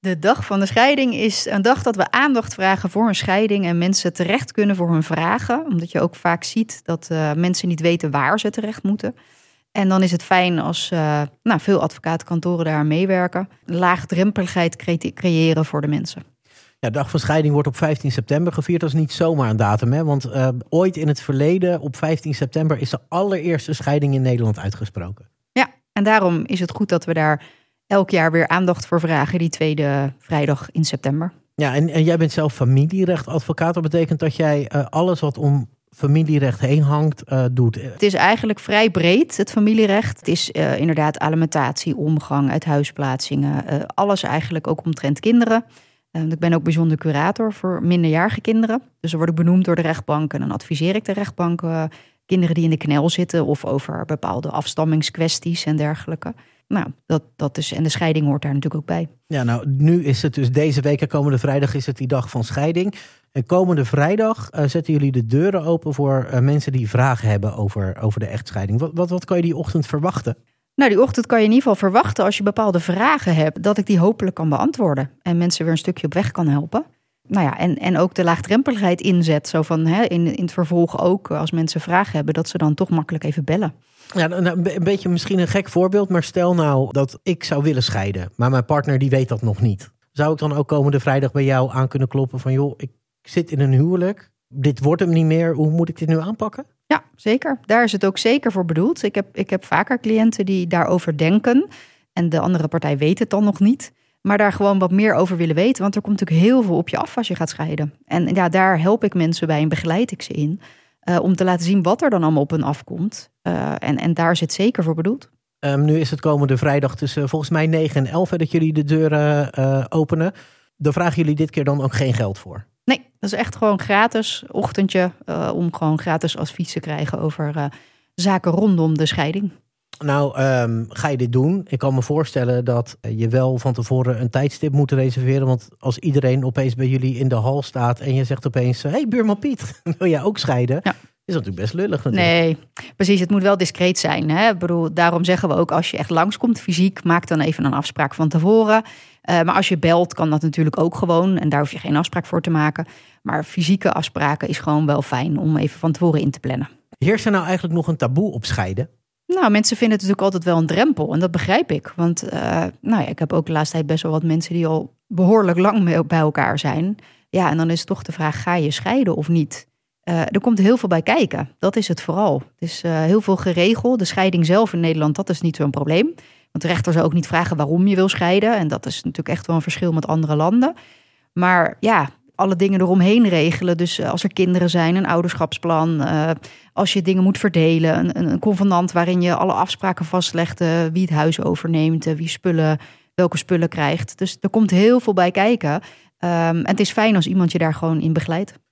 De dag van de scheiding is een dag dat we aandacht vragen voor een scheiding en mensen terecht kunnen voor hun vragen. Omdat je ook vaak ziet dat mensen niet weten waar ze terecht moeten. En dan is het fijn als veel advocatenkantoren daar aan meewerken. Laagdrempeligheid creëren voor de mensen. Ja, de dag van scheiding wordt op 15 september gevierd. Dat is niet zomaar een datum, hè? Want ooit in het verleden, op 15 september, is de allereerste scheiding in Nederland uitgesproken. Ja, en daarom is het goed dat we daar elk jaar weer aandacht voor vragen, die tweede vrijdag in september. Ja, en jij bent zelf familierechtadvocaat. Dat betekent dat jij alles wat om familierecht heen hangt, doet. Het is eigenlijk vrij breed, het familierecht. Het is inderdaad alimentatie, omgang, uithuisplaatsingen. Alles eigenlijk ook omtrent kinderen. Ik ben ook bijzonder curator voor minderjarige kinderen. Dus dan word ik benoemd door de rechtbank en dan adviseer ik de rechtbank kinderen die in de knel zitten of over bepaalde afstammingskwesties en dergelijke. Nou, dat is, en de scheiding hoort daar natuurlijk ook bij. Ja, nou, nu is het dus deze week en komende vrijdag is het die dag van scheiding. En komende vrijdag zetten jullie de deuren open voor mensen die vragen hebben over de echtscheiding. Wat kan je die ochtend verwachten? Nou, die ochtend kan je in ieder geval verwachten als je bepaalde vragen hebt, dat ik die hopelijk kan beantwoorden en mensen weer een stukje op weg kan helpen. Nou ja, en ook de laagdrempeligheid inzet. Zo van in het vervolg ook, als mensen vragen hebben, dat ze dan toch makkelijk even bellen. Ja, een beetje misschien een gek voorbeeld, maar stel nou dat ik zou willen scheiden, maar mijn partner die weet dat nog niet. Zou ik dan ook komende vrijdag bij jou aan kunnen kloppen van joh, ik zit in een huwelijk, dit wordt hem niet meer, hoe moet ik dit nu aanpakken? Ja, zeker. Daar is het ook zeker voor bedoeld. Ik heb vaker cliënten die daarover denken en de andere partij weet het dan nog niet, maar daar gewoon wat meer over willen weten, want er komt natuurlijk heel veel op je af als je gaat scheiden. En ja, daar help ik mensen bij en begeleid ik ze in. Om te laten zien wat er dan allemaal op hun afkomt. En daar is het zeker voor bedoeld. Nu is het komende vrijdag tussen volgens mij 9 en 11 dat jullie de deuren openen. Daar vragen jullie dit keer dan ook geen geld voor? Nee, dat is echt gewoon gratis ochtendje. Om gewoon gratis advies te krijgen over zaken rondom de scheiding. Nou, ga je dit doen? Ik kan me voorstellen dat je wel van tevoren een tijdstip moet reserveren. Want als iedereen opeens bij jullie in de hal staat en je zegt opeens, hey, buurman Piet, wil jij ook scheiden? Ja. Is dat natuurlijk best lullig natuurlijk. Nee, precies. Het moet wel discreet zijn. Hè? Ik bedoel, daarom zeggen we ook, als je echt langskomt fysiek, maak dan even een afspraak van tevoren. Maar als je belt, kan dat natuurlijk ook gewoon. En daar hoef je geen afspraak voor te maken. Maar fysieke afspraken is gewoon wel fijn om even van tevoren in te plannen. Heerst er nou eigenlijk nog een taboe op scheiden? Nou, mensen vinden het natuurlijk altijd wel een drempel. En dat begrijp ik. Want ik heb ook de laatste tijd best wel wat mensen die al behoorlijk lang bij elkaar zijn. Ja, en dan is het toch de vraag, ga je scheiden of niet? Er komt heel veel bij kijken. Dat is het vooral. Het is heel veel geregeld. De scheiding zelf in Nederland, dat is niet zo'n probleem. Want de rechter zou ook niet vragen waarom je wil scheiden. En dat is natuurlijk echt wel een verschil met andere landen. Maar ja, alle dingen eromheen regelen. Dus als er kinderen zijn, een ouderschapsplan. Als je dingen moet verdelen. Een convenant waarin je alle afspraken vastlegt. Wie het huis overneemt, welke spullen krijgt. Dus er komt heel veel bij kijken. En het is fijn als iemand je daar gewoon in begeleidt.